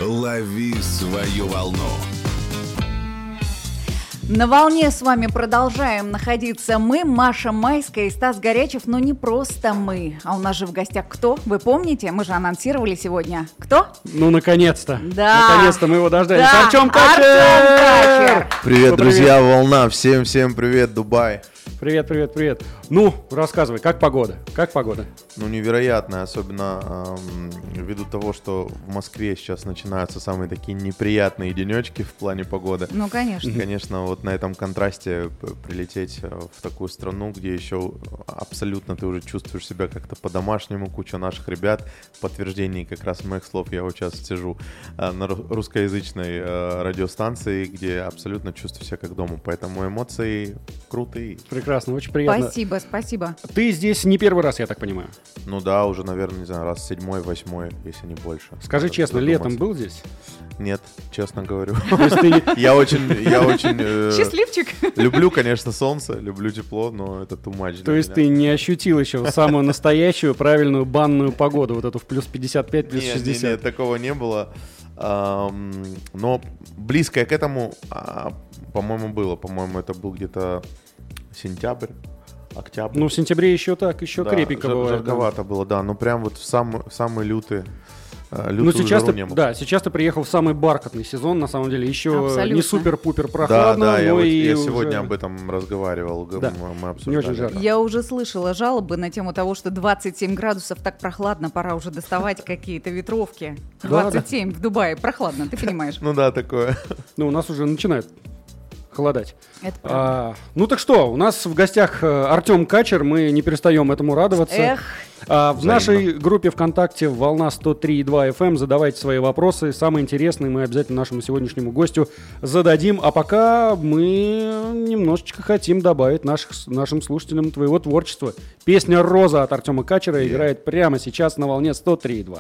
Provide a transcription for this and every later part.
Лови свою волну. На волне с вами продолжаем находиться мы, Маша Майская и Стас Горячев, но не просто мы, а у нас же в гостях кто? Вы помните? Мы же анонсировали сегодня. Кто? Ну, наконец-то. Да. Наконец-то мы его дождались. Да. Артем Качер! Артем Качер! Привет, друзья, волна. Всем привет, Дубай. Привет. Ну, рассказывай, как погода? Ну, невероятно, особенно ввиду того, что в Москве сейчас начинаются самые такие неприятные денечки в плане погоды. Ну, конечно. Конечно, вот на этом контрасте прилететь в такую страну, где еще абсолютно ты уже чувствуешь себя как-то по-домашнему, куча наших ребят. В подтверждении как раз моих слов я вот сейчас сижу на русскоязычной радиостанции, где абсолютно чувствую себя как дома. Поэтому эмоции крутые. Прекрасно, очень приятно. Спасибо. Ты здесь не первый раз, я так понимаю. Ну да, уже, наверное, не знаю, раз 7-й, 8-й, если не больше. Скажи честно, летом был здесь? Нет, честно говорю. То есть ты... Я очень Счастливчик. люблю, конечно, солнце, люблю тепло, но это too much. То есть ты не ощутил еще самую настоящую правильную банную погоду, вот эту в плюс 55, плюс 60? Нет, такого не было. Но близкое к этому, по-моему, было. По-моему, это был где-то сентябрь, октябрь. Ну, в сентябре еще крепенько бывает. Жарковато было, да. Ну, прям вот в самый лютый. Ну, сейчас жару не было. Да, сейчас ты приехал в самый бархатный сезон, на самом деле. Еще абсолютно. Не супер-пупер прохладно, Да, но я уже... сегодня об этом разговаривал, Да. мы обсуждали. Не очень жарко. Я уже слышала жалобы на тему того, что 27 градусов так прохладно, пора уже доставать какие-то ветровки. 27 в Дубае прохладно, ты понимаешь? Ну да, такое. Ну, у нас уже начинает холодать. Это правда. Ну так что, у нас в гостях Артем Качер, мы не перестаем этому радоваться. Эх. В нашей группе ВКонтакте «Волна 103,2 FM» задавайте свои вопросы, самые интересные мы обязательно нашему сегодняшнему гостю зададим. А пока мы немножечко хотим добавить нашим слушателям твоего творчества. Песня «Роза» от Артема Качера играет прямо сейчас на волне 103,2.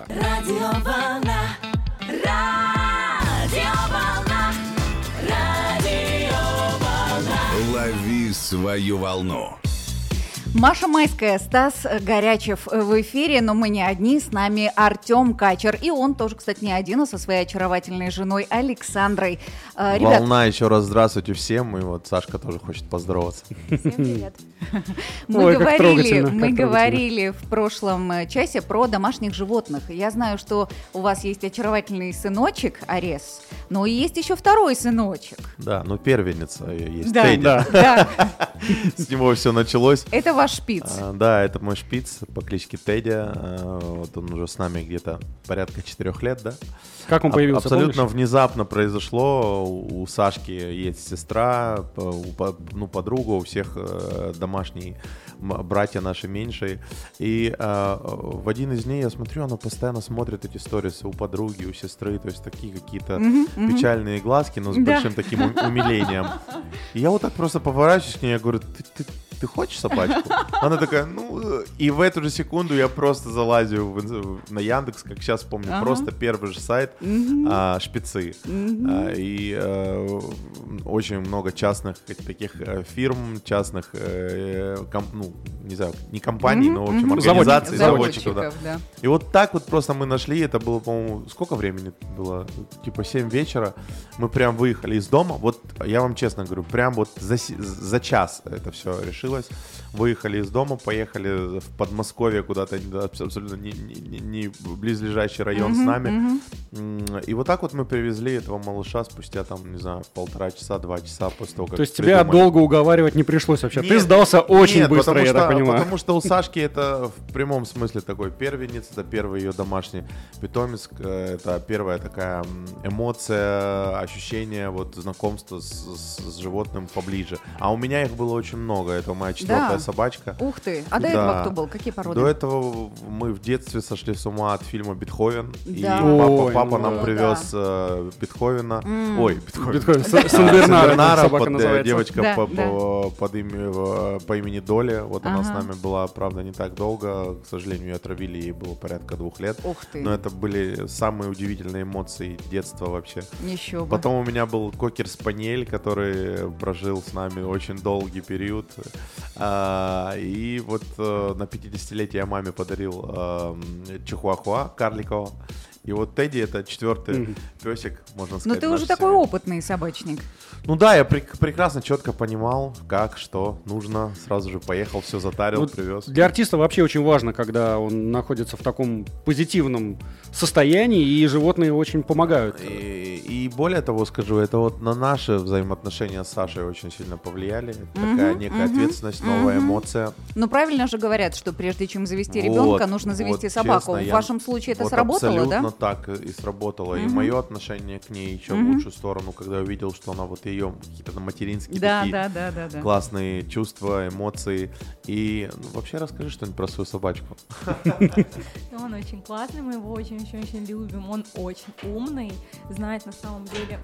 Лови свою волну. Маша Майская, Стас Горячев в эфире, но мы не одни, с нами Артем Качер. И он тоже, кстати, не один, а со своей очаровательной женой Александрой. Ребят, Волна, еще раз здравствуйте всем, и вот Сашка тоже хочет поздороваться. всем привет. Ой, как трогательно, Мы как говорили в прошлом часе про домашних животных. Я знаю, что у вас есть очаровательный сыночек Арес, но и есть еще второй сыночек. Да, ну первенец есть, Да, Тедди. да. С него все началось. Это ваш шпиц. Да, это мой шпиц по кличке Тедди. Вот он уже с нами где-то порядка 4 лет, да? Как он появился, Абсолютно помнишь? внезапно произошло. У Сашки есть сестра, подруга, у всех домашние братья наши меньшие. И в один из дней я смотрю, она постоянно смотрит эти сторисы у подруги, у сестры, то есть такие какие-то печальные глазки, но с большим таким умилением. И я вот так просто поворачиваюсь к ней, я говорю, ты хочешь собачку? Она такая, и в эту же секунду я просто залазю на Яндекс, как сейчас помню, просто первый же сайт, шпицы. И очень много частных таких фирм, частных, не знаю, не компаний, но, в общем, организаций, заводчиков. Да. И вот так вот просто мы нашли, это было, по-моему, сколько времени было? Типа 7 вечера. Мы прям выехали из дома, вот я вам честно говорю, прям вот за час это все решилось. Выехали из дома, поехали в Подмосковье куда-то, абсолютно не близлежащий район с нами. И вот так вот мы привезли этого малыша спустя, там, не знаю, 1,5 часа, 2 часа после того, как То есть тебя долго уговаривать не пришлось вообще? Нет, ты сдался очень нет, быстро, я так понимаю. Потому что у Сашки это в прямом смысле такой первенец, это первый ее домашний питомец, это первая такая эмоция, ощущение, вот знакомства с животным поближе. А у меня их было очень много, это моя 4-я собачка. Ух ты, а до этого кто был? Какие породы? До этого мы в детстве сошли с ума от фильма «Бетховен», и Да. папа нам привез Бетховена. Ой, Бетховен, Сен-Бернара собака под называется. девочка Да, по имени Доля. Вот она с нами была, правда, не так долго. К сожалению, ее отравили, ей было порядка 2 лет. Ух ты. Но это были самые удивительные эмоции детства вообще. Еще бы. Потом у меня был кокер-спаниель, который прожил с нами очень долгий период. И вот на 50-летие я маме подарил чихуахуа карликового. И вот Тедди — это 4-й песик, можно сказать. Но ты уже такой опытный собачник. Ну да, я прекрасно, четко понимал, как, что нужно. Сразу же поехал, все затарил, привез. Для артиста вообще очень важно, когда он находится в таком позитивном состоянии, и животные очень помогают. И более того скажу, это вот на наши взаимоотношения с Сашей очень сильно повлияли. Такая некая ответственность, новая эмоция. Ну правильно же говорят, что прежде чем завести ребенка, нужно завести собаку. Честно, в вашем случае это вот сработало, да? Абсолютно так и сработало. И мое отношение к ней еще в лучшую сторону, когда я увидел, что она вот ее какие-то материнские такие классные чувства, эмоции. И вообще расскажи что-нибудь про свою собачку. Он очень классный, мы его очень-очень любим. Он очень умный, знает на самом деле...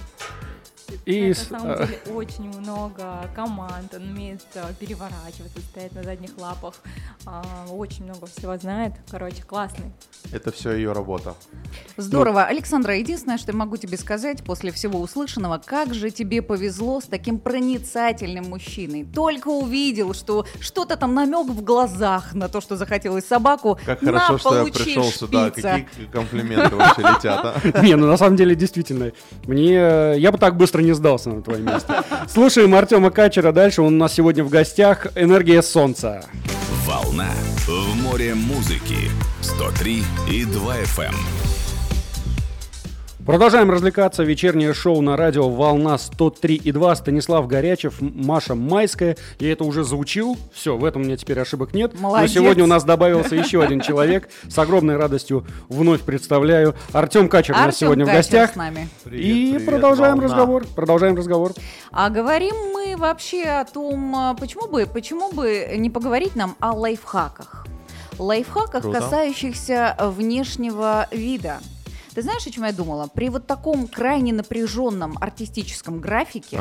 И на самом деле очень много команд, он умеет переворачиваться, стоять на задних лапах, очень много всего знает, короче, классный. Это все ее работа. Здорово. Александра, единственное, что я могу тебе сказать после всего услышанного, как же тебе повезло с таким проницательным мужчиной. Только увидел, что что-то там намек в глазах на то, что захотелось собаку. Как хорошо, что я пришел сюда, какие комплименты вообще летят, а? Не, ну на самом деле действительно, я бы так быстро не сдался на твое место. Слушаем Артема Качера дальше, он у нас сегодня в гостях. «Энергия солнца». Волна в море музыки. 103,2 FM. Продолжаем развлекаться. Вечернее шоу на радио «Волна» 103,2. Станислав Горячев, Маша Майская. Я это уже заучил. Все, в этом у меня теперь ошибок нет. Молодец. Но сегодня у нас добавился еще один человек. С огромной радостью вновь представляю. Артем Качер у нас сегодня в гостях. С нами. Привет, продолжаем Волна. разговор. Продолжаем разговор. А говорим мы вообще о том, почему бы не поговорить нам о лайфхаках. Лайфхаках, Круто. касающихся внешнего вида. Ты знаешь, о чем я думала? При вот таком крайне напряженном артистическом графике,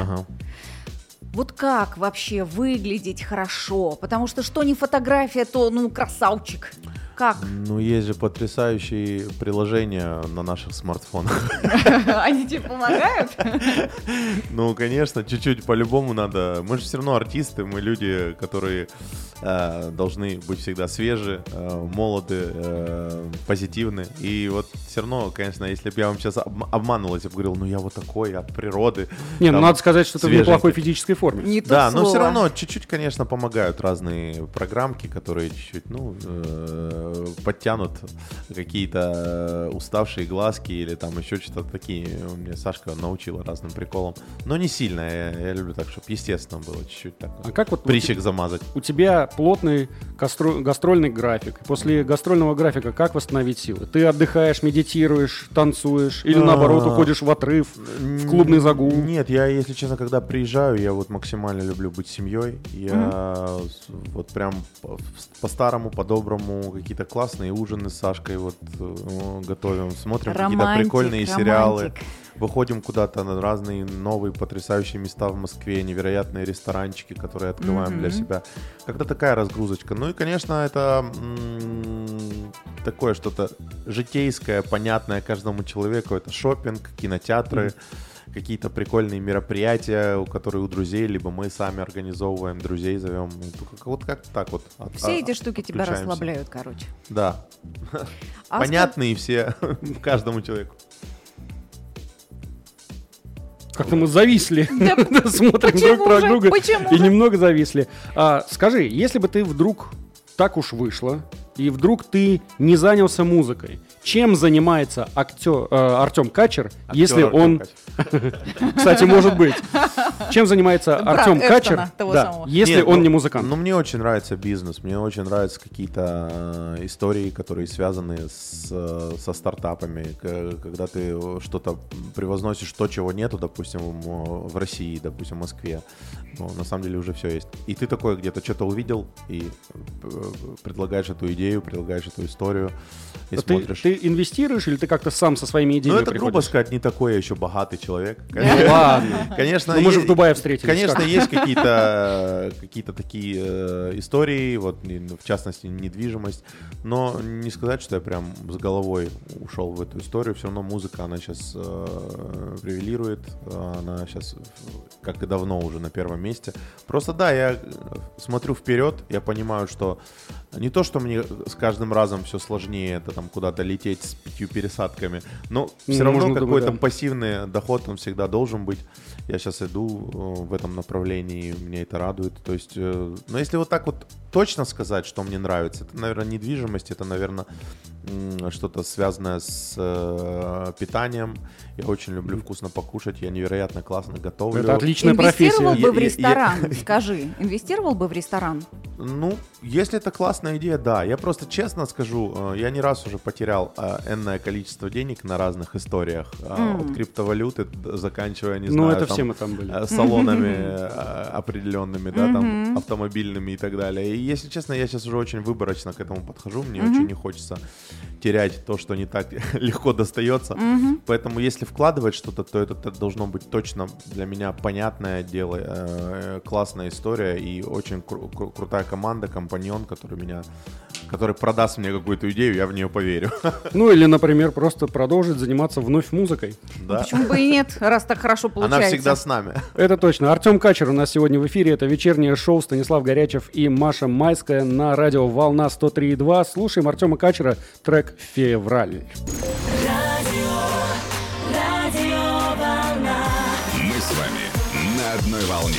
вот как вообще выглядеть хорошо? Потому что не фотография, то, красавчик. Как? Ну, есть же потрясающие приложения на наших смартфонах. Они тебе помогают? Ну, конечно, чуть-чуть по-любому надо. Мы же все равно артисты, мы люди, которые должны быть всегда свежи, молоды, позитивны. И вот все равно, конечно, если бы я вам сейчас обманывал, если бы говорил, я вот такой, от природы. Не, надо сказать, что ты в свеженький. неплохой физической форме. Не то Да, но слово. все равно чуть-чуть, конечно, помогают разные программки, которые чуть-чуть, подтянут какие-то уставшие глазки или там еще что-то такие. Мне Сашка научила разным приколам. Но не сильно, я люблю так, чтобы естественно было чуть-чуть так. А как вот прыщик замазать? у тебя плотный гастрольный график. После гастрольного графика как восстановить силы? Ты отдыхаешь, медитируешь, танцуешь или наоборот уходишь в отрыв, в клубный загул? Нет, я, если честно, когда приезжаю, я вот максимально люблю быть семьей. Я вот прям по-старому, по-доброму какие-то классные ужины с Сашкой вот готовим, смотрим какие-то прикольные сериалы. Выходим куда-то на разные новые потрясающие места в Москве, невероятные ресторанчики, которые открываем для себя. Как-то такая разгрузочка. Ну и, конечно, это такое что-то житейское, понятное каждому человеку. Это шопинг, кинотеатры, какие-то прикольные мероприятия, которые у друзей, либо мы сами организовываем, друзей зовем. Вот как так вот. Все эти штуки тебя отключаемся. расслабляют, короче. Да. А Понятные все каждому человеку. Как-то мы зависли, смотрим почему друг про же? друга Почему и же? немного зависли. Скажи, если бы ты вдруг так уж вышло, и вдруг ты не занялся музыкой, чем занимается Артем Качер, если Актер он... Кстати, может быть. Чем занимается Брат Артем Эштона, Качер, того да, самого. если Нет, он не музыкант? Ну, мне очень нравится бизнес, мне очень нравятся какие-то истории, которые связаны со стартапами, когда ты что-то превозносишь, то, чего нету, допустим, в России, допустим, в Москве. Но на самом деле уже все есть. И ты такой где-то что-то увидел и предлагаешь эту идею, предлагаешь эту историю и смотришь. Ты инвестируешь или ты как-то сам со своими идеями Ну, это, грубо приходишь? сказать, не такой я еще богатый человек. Ладно. Конечно, Ну, мы же в Дубае встретились. Конечно, Как? есть какие-то такие истории, вот, в частности, недвижимость, но не сказать, что я прям с головой ушел в эту историю. Все равно музыка, она сейчас превалирует, она сейчас, как и давно, уже на первом месте. Просто, да, я смотрю вперед, я понимаю, что Не то, что мне с каждым разом все сложнее, это там куда-то лететь с 5 пересадками, но все равно какой-то пассивный доход он всегда должен быть. Я сейчас иду в этом направлении, меня это радует. То есть, но если вот так вот точно сказать, что мне нравится, это, наверное, недвижимость, это, наверное, что-то связанное с питанием. Я очень люблю вкусно покушать, я невероятно классно готовлю. Это отличная профессия. Инвестировал бы в ресторан, скажи, инвестировал бы в ресторан? Ну, если это классная идея, да. Я просто честно скажу, я не раз уже потерял энное количество денег на разных историях. От криптовалюты, заканчивая, не знаю, это все мы там были. Салонами определенными, да, там, автомобильными и так далее. И, если честно, я сейчас уже очень выборочно к этому подхожу. Мне очень не хочется терять то, что не так легко достается. Поэтому, если вкладывать что-то, то это должно быть точно для меня понятное дело, классная история и очень крутая команда, компаньон, который продаст мне какую-то идею, я в нее поверю. Ну или, например, просто продолжить заниматься вновь музыкой. Да. Почему бы и нет, раз так хорошо получается. Она всегда с нами. Это точно. Артем Качер у нас сегодня в эфире. Это вечернее шоу Станислав Горячев и Маша Майская на радио «Волна» 103,2. Слушаем Артема Качера, трек «Февраль». Мы с вами на одной волне.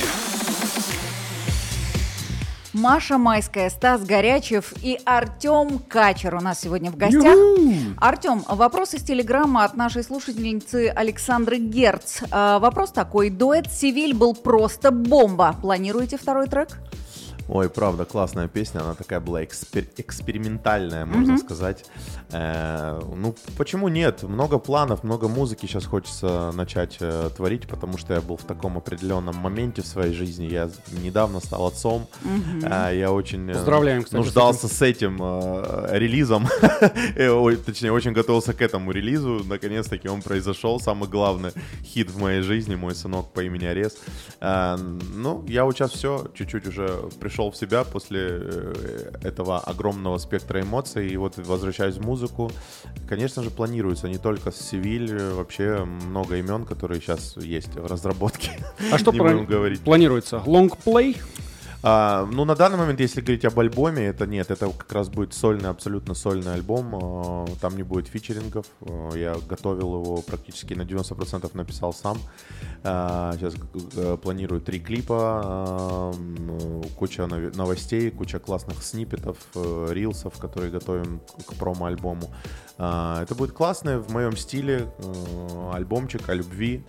Маша Майская, Стас Горячев и Артем Качер у нас сегодня в гостях. Артем, вопрос из телеграмма от нашей слушательницы Александры Герц. Вопрос такой. Дуэт «Севиль» был просто бомба. Планируете второй трек? Ой, правда, классная песня, она такая была экспериментальная, можно сказать. Ну, почему нет? Много планов, много музыки сейчас хочется начать творить, потому что я был в таком определенном моменте в своей жизни. Я недавно стал отцом. Я очень нуждался с этим релизом. Точнее, очень готовился к этому релизу. Наконец-таки он произошел. Самый главный хит в моей жизни, мой сынок по имени Арес. Ну, я вот сейчас все, чуть-чуть уже пришел в себя после этого огромного спектра эмоций, и вот возвращаюсь в музыку. Конечно же, планируется не только «Севиль», вообще много имен, которые сейчас есть в разработке. А что планируется? Лонгплей? Ну, на данный момент, если говорить об альбоме, это как раз будет абсолютно сольный альбом. Там не будет фичерингов. Я готовил его практически на 90%, написал сам. Сейчас планирую 3 клипа, куча новостей, куча классных сниппетов, рилсов, которые готовим к промо-альбому. Это будет классный в моем стиле альбомчик о любви.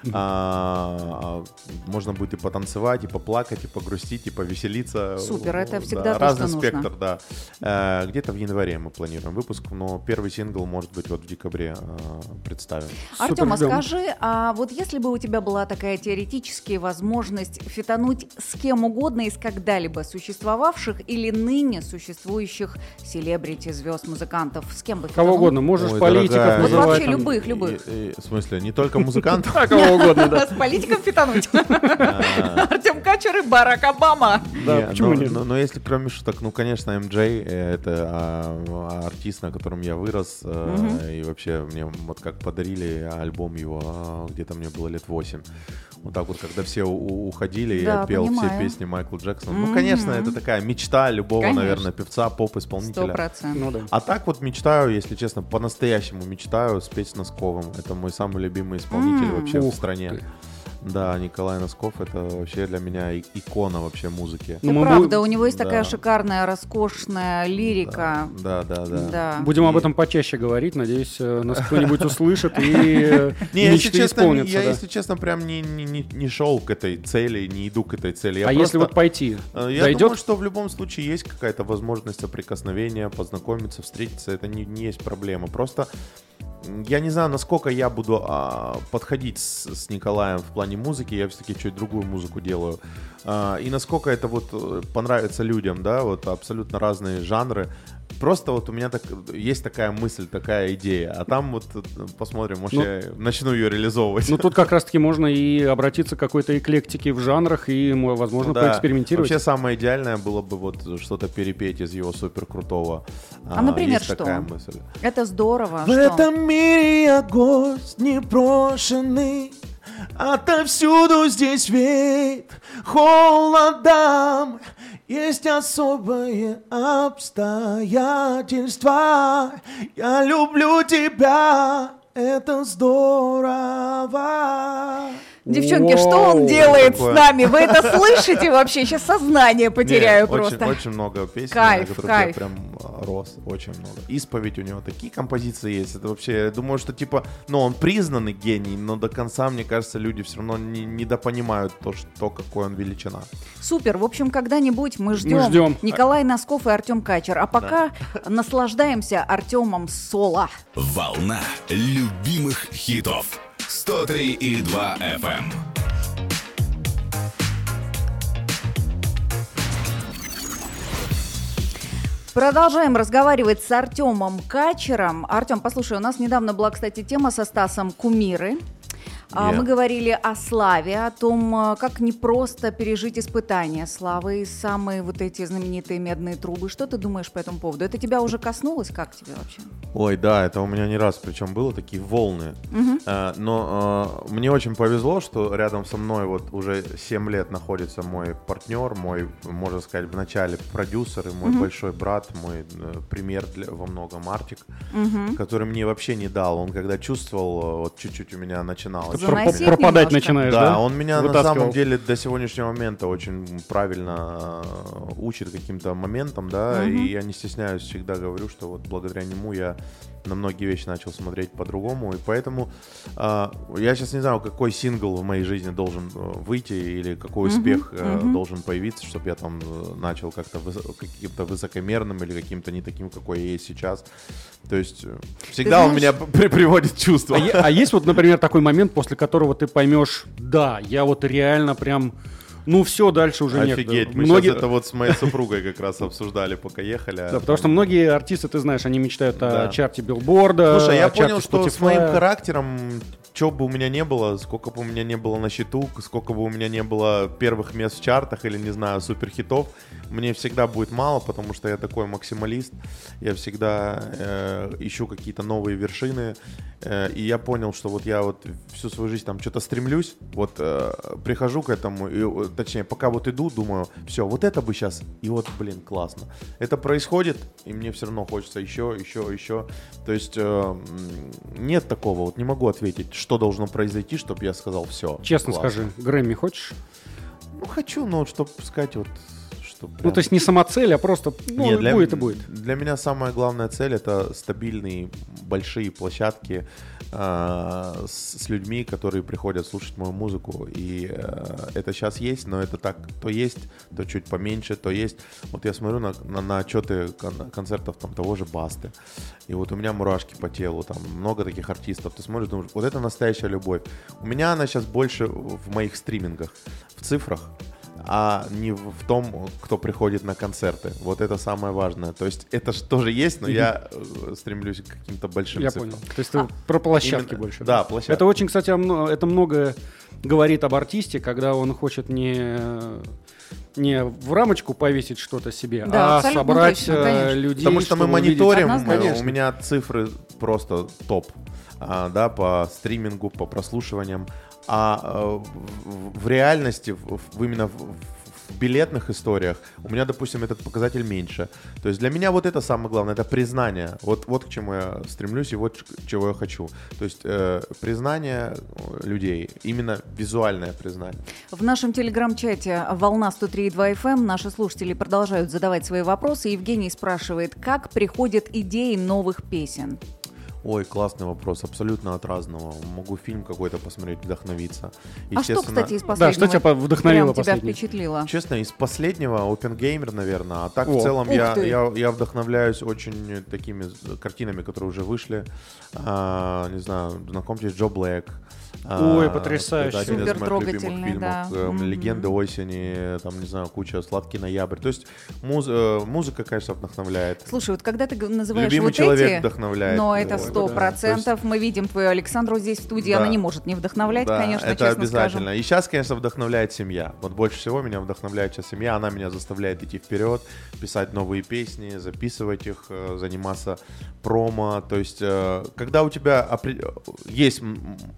Можно будет и потанцевать, и поплакать, и погрустить, и повеселиться. Супер, это всегда разный то, что спектр, нужно. Да. Где-то в январе мы планируем выпуск, но первый сингл, может быть, вот в декабре представим. Артем, а скажи, а вот если бы у тебя была такая теоретическая возможность фитануть с кем угодно из когда-либо существовавших или ныне существующих селебрити, звезд, музыкантов, с кем бы фитанул? Кого угодно, можешь политиков Вот называть. вообще любых. В смысле, не только музыкантов? А кого угодно, да. С политиком фитануть. Артем Качер и Барак Обама. Да, почему нет? Но если кроме шуток, ну, конечно, MJ — это артист, на котором я вырос, и вообще мне вот как подарили альбом его, где-то мне было лет 8. Вот так вот, когда все уходили, я пел все песни Майкла Джексона. Ну, конечно, это такая мечта любого, наверное, певца, поп-исполнителя. 100%. Ну, да. А так вот мечтаю, если честно, по-настоящему мечтаю спеть с Носковым. Это мой самый любимый исполнитель вообще в стране. Да, Николай Носков — это вообще для меня икона вообще музыки. Ну, правда, у него есть такая шикарная, роскошная лирика. Да. Будем об этом почаще говорить. Надеюсь, нас кто-нибудь услышит и мечты исполнятся. Я, если честно, прям не шел к этой цели, не иду к этой цели. Если вот пойти, я думаю, что в любом случае есть какая-то возможность соприкосновения, познакомиться, встретиться. Это не есть проблема. Просто я не знаю, насколько я буду подходить с Николаем в плане музыки. Я все-таки чуть другую музыку делаю. И насколько это вот понравится людям, да, вот абсолютно разные жанры. Просто вот у меня есть такая мысль, такая идея. А там вот посмотрим, может, я начну ее реализовывать. Ну, тут как раз-таки можно и обратиться к какой-то эклектике в жанрах и, возможно, поэкспериментировать. Вообще самое идеальное было бы вот что-то перепеть из его суперкрутого. Например, есть что? Такая мысль. Это здорово. В этом мире я гость непрошенный, отовсюду здесь веет холодом, есть особые обстоятельства. Я люблю тебя, это здорово. Девчонки, что он делает с нами? Вы это слышите вообще? Сейчас сознание потеряю просто. Очень много песен, Кайф, на которых кайф. я прям рос. Очень много. Исповедь у него, такие композиции есть. Это вообще, я думаю, что типа, ну, он признанный гений, но до конца, мне кажется, люди все равно недопонимают то, какой он величина. Супер. В общем, когда-нибудь мы ждем Николай Носков и Артем Качер. А пока наслаждаемся Артемом соло. Волна любимых хитов. 103,2 FM. Продолжаем разговаривать с Артемом Качером. Артем, послушай, у нас недавно была, кстати, тема со Стасом «Кумиры». Мы говорили о славе, о том, как непросто пережить испытания славы и самые вот эти знаменитые медные трубы. Что ты думаешь по этому поводу? Это тебя уже коснулось? Как тебе вообще? Ой, да, это у меня не раз причем было, такие волны. Но мне очень повезло, что рядом со мной вот уже 7 лет находится мой партнер, мой, можно сказать, в начале продюсер и мой большой брат, мой пример во многом Артик, который мне вообще не дал. Он когда чувствовал, вот чуть-чуть у меня начиналось. Пропадать немножко. начинаешь, Да, да? он меня Вытаскивал. на самом деле до сегодняшнего момента очень правильно учит каким-то моментам, да, и я не стесняюсь, всегда говорю, что вот благодаря нему я на многие вещи начал смотреть по-другому, и поэтому я сейчас не знаю, какой сингл в моей жизни должен выйти или какой успех должен появиться, чтобы я там начал как-то каким-то высокомерным или каким-то не таким, какой я есть сейчас. То есть всегда он меня приводит в чувство. А есть вот, например, такой момент, после которого ты поймешь, да, я вот реально прям... Ну все, дальше уже нет. Офигеть, мы сейчас это вот с моей супругой как раз обсуждали, пока ехали. Да, потому что многие артисты, ты знаешь, они мечтают о чарте билборда. Слушай, я о чарте понял, что Spotify. с моим характером, что бы у меня не было, сколько бы у меня не было на счету, сколько бы у меня не было первых мест в чартах или, не знаю, суперхитов, мне всегда будет мало, потому что я такой максималист. Я всегда ищу какие-то новые вершины. И я понял, что вот я вот всю свою жизнь там что-то стремлюсь, вот прихожу к этому, и, точнее, пока вот иду, думаю, все, вот это бы сейчас, и вот, блин, классно. Это происходит, и мне все равно хочется еще. То есть нет такого, вот не могу ответить, что должно произойти, чтобы я сказал все. Честно классно. скажи, Грэмми хочешь? Ну, хочу, но чтобы сказать вот... Ну, то есть не самоцель, а просто Нет, будет и будет. Для меня самая главная цель — это стабильные большие площадки с людьми, которые приходят слушать мою музыку. И это сейчас есть, но это так, то есть, то чуть поменьше, то есть. Вот я смотрю на отчеты концертов там того же Басты. И вот у меня мурашки по телу, там много таких артистов. Ты смотришь, думаешь, вот это настоящая любовь. У меня она сейчас больше в моих стримингах, в цифрах, а не в том, кто приходит на концерты. Вот это самое важное. То есть это же тоже есть, но я стремлюсь к каким-то большим цифрам. Я понял. То есть ты про площадки больше. Да, площадки. Это очень, кстати, это много говорит об артисте, когда он хочет не в рамочку повесить что-то себе, Да, а собрать точно, людей. Потому что мы чтобы увидеть. мониторим, Однозначно. у меня цифры просто топ. Да, по стримингу, по прослушиваниям. А в реальности, именно в билетных историях, у меня, допустим, этот показатель меньше. То есть для меня вот это самое главное, это признание. Вот к чему я стремлюсь и вот чего я хочу. То есть признание людей, именно визуальное признание. В нашем телеграм-чате «Волна 103,2 FM» наши слушатели продолжают задавать свои вопросы. Евгений спрашивает, как приходят идеи новых песен? Ой, классный вопрос, абсолютно от разного. Могу фильм какой-то посмотреть, вдохновиться. А что, кстати, из Да, последнего? что тебя вдохновило прям тебя последнее? впечатлило? Честно, из последнего OpenGamer, наверное. А так, О, в целом, ух ты. я вдохновляюсь очень такими картинами, которые уже вышли. Не знаю, знакомьтесь, Джо Блэк. Ой, потрясающе. Это один из моих Супертрогательный, любимых да. фильмов. «Легенды осени», там, не знаю, куча «Сладкий ноябрь». То есть музыка, конечно, вдохновляет. Слушай, вот когда ты называешь Любимый вот человек эти, вдохновляет. но это Вот, 100%. да. Мы видим твою Александру здесь в студии, Да. она не может не вдохновлять, Да, конечно, это честно обязательно. скажем. И сейчас, конечно, вдохновляет семья. Вот больше всего меня вдохновляет сейчас семья. Она меня заставляет идти вперед, писать новые песни, записывать их, заниматься промо. То есть, когда у тебя есть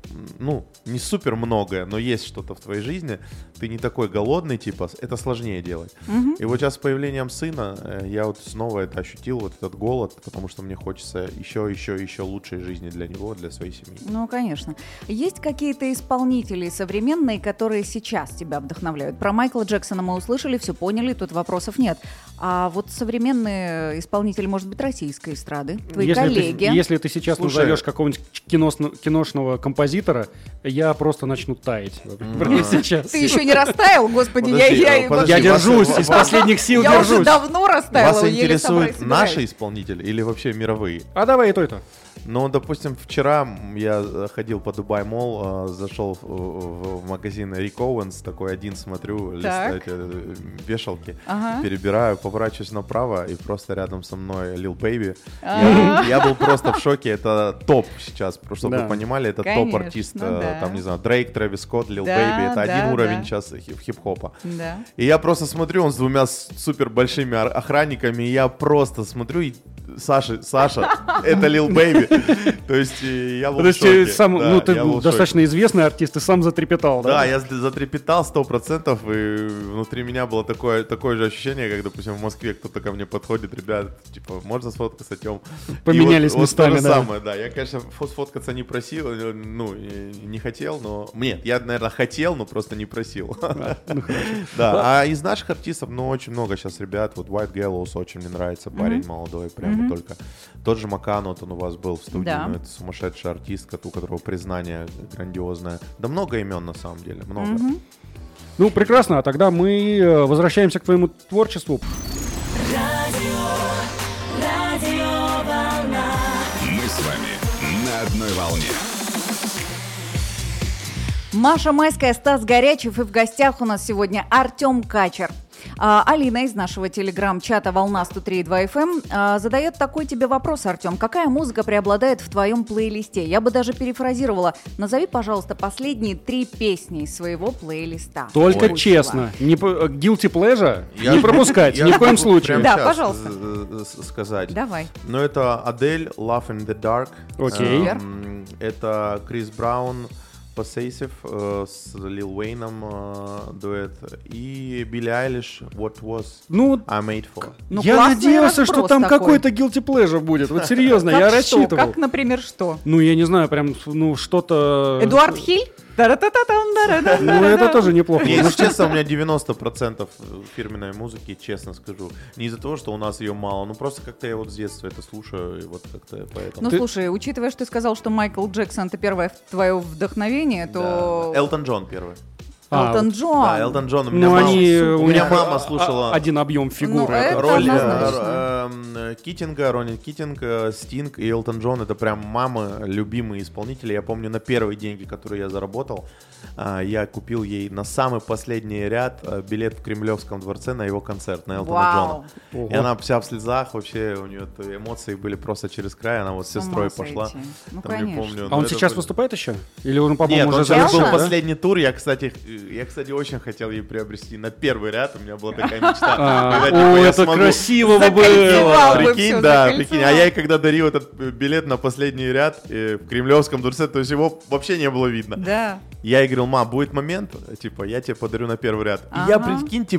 не супер многое, но есть что-то в твоей жизни, ты не такой голодный, типа, это сложнее делать. И вот сейчас с появлением сына я вот снова это ощутил, вот этот голод, потому что мне хочется еще лучшей жизни для него, для своей семьи. Ну, конечно. Есть какие-то исполнители современные, которые сейчас тебя вдохновляют? Про Майкла Джексона мы услышали, все поняли, тут вопросов нет. А вот современные исполнители, может быть, российской эстрады, твои коллеги? Если ты сейчас назовешь какого-нибудь киношного композитора, я просто начну таять. Сейчас. Ты еще не растаял, господи, я держусь, из последних сил держусь. Я уже давно растаяла. Вас интересуют наши исполнители или вообще мировые? А давай и то, и то. Ну, допустим, вчера я ходил по Дубай Молл, зашел в магазин Rick Owens, такой один смотрю, вешалки, перебираю, поворачиваюсь направо, и просто рядом со мной Lil Baby. Я был просто в шоке, это топ сейчас, чтобы вы понимали, это топ-артист, там, не знаю, Дрейк, Трэвис Скотт, Lil Baby, это один уровень сейчас хип-хопа. И я просто смотрю, он с двумя супер большими охранниками, и я просто смотрю, и Саша, это Lil Baby. То есть я был в шоке. Ты достаточно известный артист, ты сам затрепетал, да? Да, я затрепетал 100%, и внутри меня было такое же ощущение, как, допустим, в Москве кто-то ко мне подходит, ребят, типа, можно сфоткаться, Тём? Поменялись местами, да. Самое, да. Я, конечно, сфоткаться не просил, не хотел, но... Нет, я, наверное, хотел, но просто не просил. Да, а из наших артистов, очень много сейчас ребят, вот White Gallows очень мне нравится, парень молодой, прямо только. Тот же Макано, он у вас был в студии, это сумасшедший артист, у которого признание грандиозное. Да много имен на самом деле, много. Ну, прекрасно, а тогда мы возвращаемся к твоему творчеству. Радио Волна. Мы с вами на одной волне. Маша Майская, Стас Горячев, и в гостях у нас сегодня Артем Качер. Алина из нашего телеграм-чата «Волна 103.2 FM» задает такой тебе вопрос, Артем. Какая музыка преобладает в твоем плейлисте? Я бы даже перефразировала. Назови, пожалуйста, последние 3 песни из своего плейлиста. Только честно. Guilty Pleasure не пропускать, ни в коем случае. Да, пожалуйста. Сказать. Давай. Ну, это Адель, Love in the Dark. Окей. Это Крис Браун, Possessive с Лил Уэйном дуэт, и Билли Айлиш What Was I Made For. Я надеялся, что там какой-то guilty pleasure будет. Вот серьезно, я рассчитывал. Как, например, что? Ну, я не знаю, прям, что-то... Эдуард Хиль? Ну, это тоже неплохо. Если честно, у меня 90% фирменной музыки, честно скажу. Не из-за того, что у нас ее мало, просто как-то я вот с детства это слушаю, и вот как-то поэтому. Ну, слушай, учитывая, что ты сказал, что Майкл Джексон — это первое твое вдохновение, то... Элтон Джон первый. Элтон Джон. Да, Элтон Джон. У меня мама слушала... Один объем фигуры. Роль Китинга, Ронни Китинг, Стинг и Элтон Джон — это прям мамы, любимые исполнители. Я помню, на первые деньги, которые я заработал, я купил ей на самый последний ряд билет в Кремлевском дворце на его концерт, на Элтона Джона. И она вся в слезах, вообще у нее эмоции были просто через край, она вот с сестрой пошла. Ну, конечно. А он сейчас выступает еще? Или он, по-моему, уже завершил? Нет, он был последний тур, я, кстати, очень хотел ей приобрести на первый ряд, у меня была такая мечта. Это красиво было! Прикинь, а я ей когда дарил этот билет на последний ряд в Кремлевском дворце, то есть его вообще не было видно. Да. Я ей говорил, мам, будет момент, типа, я тебе подарю на первый ряд. И я, прикиньте,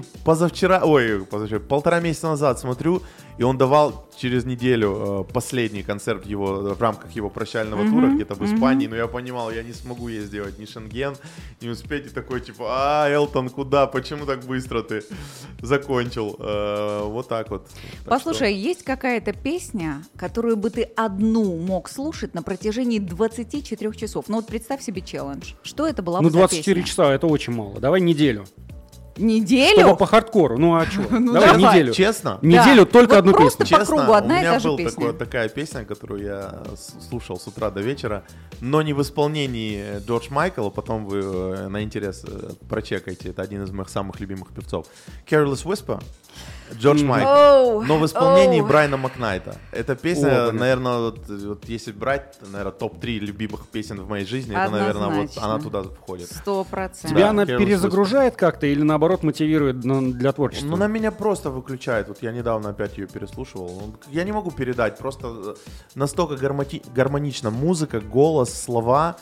полтора месяца назад смотрю, и он давал через неделю последний концерт в рамках его прощального тура где-то в Испании, но я понимал, я не смогу ей сделать ни Шенген, не успеть, и такой, типа, Элтон, куда, почему так быстро ты закончил? Вот так вот. Послушай, есть какая-то песня, которую бы ты одну мог слушать на протяжении 24 часов? Ну вот представь себе челлендж. Что это была бы за 24 песня? часа, это очень мало. Давай неделю. Неделю? Чтобы по хардкору. Ну а что? Давай неделю. Честно? Неделю только одну песню. Просто по кругу одна и та же песня. У меня была такая песня, которую я слушал с утра до вечера, но не в исполнении Джордж Майкла, потом вы на интерес прочекайте, это один из моих самых любимых певцов. Careless Whisper. Джордж Майкл, но в исполнении Брайана Макнайта. Эта песня, наверное, вот если брать, наверное, топ-3 любимых песен в моей жизни, это, наверное, вот она туда входит. 100%. Тебя она перезагружает как-то или, наоборот, мотивирует для творчества? Ну, на меня просто выключает. Вот я недавно опять ее переслушивал. Я не могу передать, просто настолько гармонично музыка, голос, слова.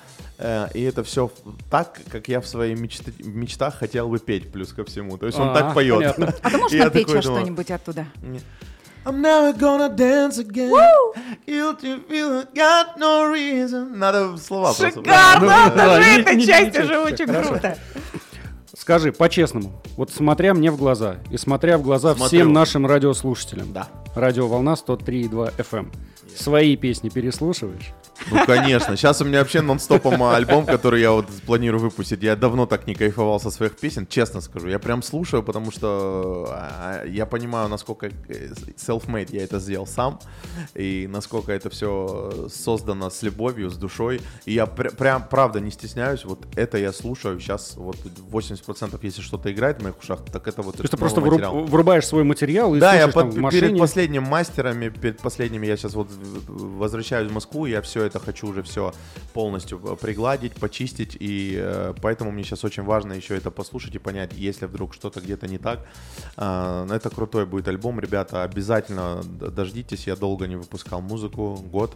И это все так, как я в своих мечтах хотел бы петь, плюс ко всему. То есть он так поет. Понятно. А ты можешь напеть сейчас что-нибудь оттуда? I'm never gonna dance again. You feel got no reason. Надо слова просто. Шикарно! Да, Даже не- эта не- часть не- уже очень хорошо. круто. Скажи, по-честному, вот смотря мне в глаза и смотря в глаза Смотрю. всем нашим радиослушателям, Да. Радио Волна 103,2 FM, свои песни переслушиваешь? Ну, конечно. Сейчас у меня вообще нон-стопом альбом, который я вот планирую выпустить. Я давно так не кайфовал со своих песен, честно скажу. Я прям слушаю, потому что я понимаю, насколько self-made я это сделал сам, и насколько это все создано с любовью, с душой. И я прям, правда, не стесняюсь. Вот это я слушаю сейчас, вот 80%, если что-то играет в моих ушах, так это вот То есть ты новый просто материал. врубаешь свой материал и Да, я слушаешь там в перед машине? последним мастерами, перед последними я сейчас вот возвращаюсь в Москву, я все это хочу уже все полностью пригладить, почистить, и поэтому мне сейчас очень важно еще это послушать и понять, если вдруг что-то где-то не так. Это крутой будет альбом, ребята, обязательно дождитесь, я долго не выпускал музыку, год.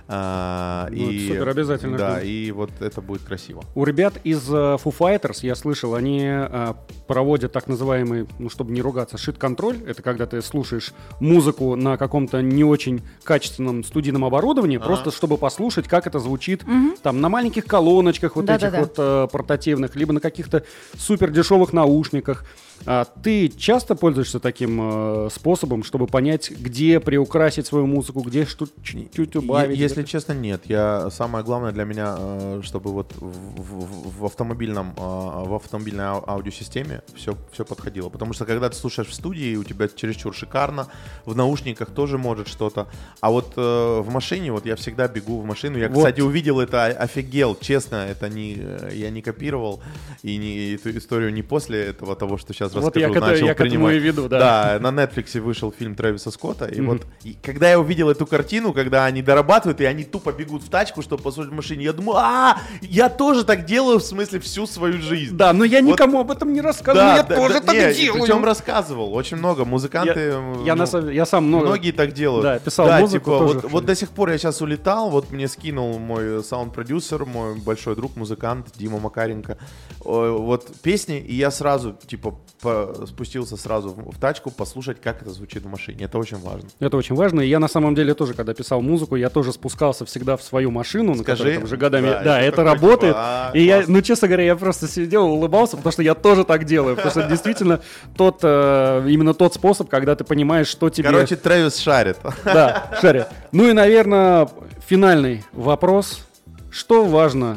Супер, обязательно. Да, и вот это будет красиво. У ребят из Foo Fighters, я слышал, они проводят так называемый, ну, чтобы не ругаться, шит-контроль. Это когда ты слушаешь музыку на каком-то не очень качественном студийном оборудовании, просто чтобы послушать, как это звучит там на маленьких колоночках вот этих вот портативных, либо на каких-то супер дешевых наушниках. Ты часто пользуешься таким способом, чтобы понять, где приукрасить свою музыку, где чуть-чуть убавить? Если честно, нет. Самое главное для меня, чтобы вот в автомобильной аудиосистеме все подходило. Потому что когда ты слушаешь в студии, у тебя чересчур шикарно, в наушниках тоже может что-то. А вот в машине, вот я всегда бегу в машину. Я, кстати, увидел это, офигел, честно, это я не копировал и эту историю не после этого того, что сейчас вот расскажу, начал я к этому и веду, да. Да, на Netflix вышел фильм Трэвиса Скотта, и вот когда я увидел эту картину, когда они дорабатывают, и они тупо бегут в тачку, чтобы послушать в машине, я думаю, я тоже так делаю, в смысле, всю свою жизнь. Да, но я никому об этом не рассказываю, я тоже так делаю. Причем рассказывал, очень много, музыканты, я сам много... многие так делают. Да, писал музыку типа, тоже. вот до сих пор я сейчас улетал, вот мне скинул мой саунд-продюсер, мой большой друг, музыкант Дима Макаренко, вот песни, и я сразу, типа, спустился сразу в тачку послушать, как это звучит в машине. Это очень важно. Это очень важно. И я на самом деле тоже, когда писал музыку, я тоже спускался всегда в свою машину, на которой там уже годами... Да, это работает. И я, ну, честно говоря, я просто сидел, улыбался, потому что я тоже так делаю. Потому что это действительно именно тот способ, когда ты понимаешь, что тебе... Короче, Трэвис шарит. Да, шарит. Ну и, наверное, финальный вопрос. Что важно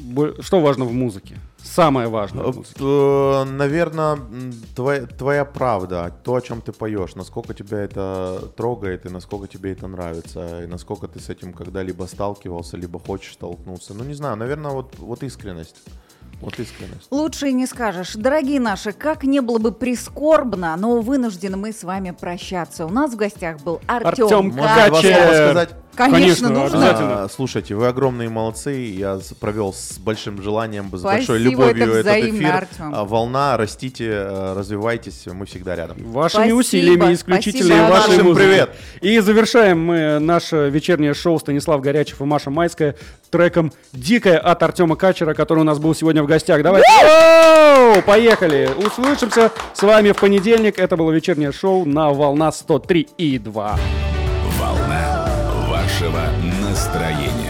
в музыке? Самое важное в музыке? Наверное, твоя правда, то, о чем ты поешь, насколько тебя это трогает, и насколько тебе это нравится, и насколько ты с этим когда-либо сталкивался, либо хочешь столкнуться. Ну, не знаю, наверное, вот искренность. Вот искренность. Лучше и не скажешь. Дорогие наши, как не было бы прискорбно, но вынуждены мы с вами прощаться. У нас в гостях был Артем Можно два слова сказать? Конечно, нужно. Слушайте, вы огромные молодцы. Я провел с большим желанием, с Спасибо, большой любовью это этот эфир. Артем. Волна, растите, развивайтесь, мы всегда рядом. Вашими Спасибо, усилиями, исключительно спасибо. вашей Нашим музыкой. привет. И завершаем мы наше вечернее шоу Станислав Горячев и Маша Майская треком «Дикая» от Артема Качера, который у нас был сегодня в гостях. Давайте. Поехали. Услышимся с вами в понедельник. Это было вечернее шоу на Волна 103,2. Волна вашего настроения.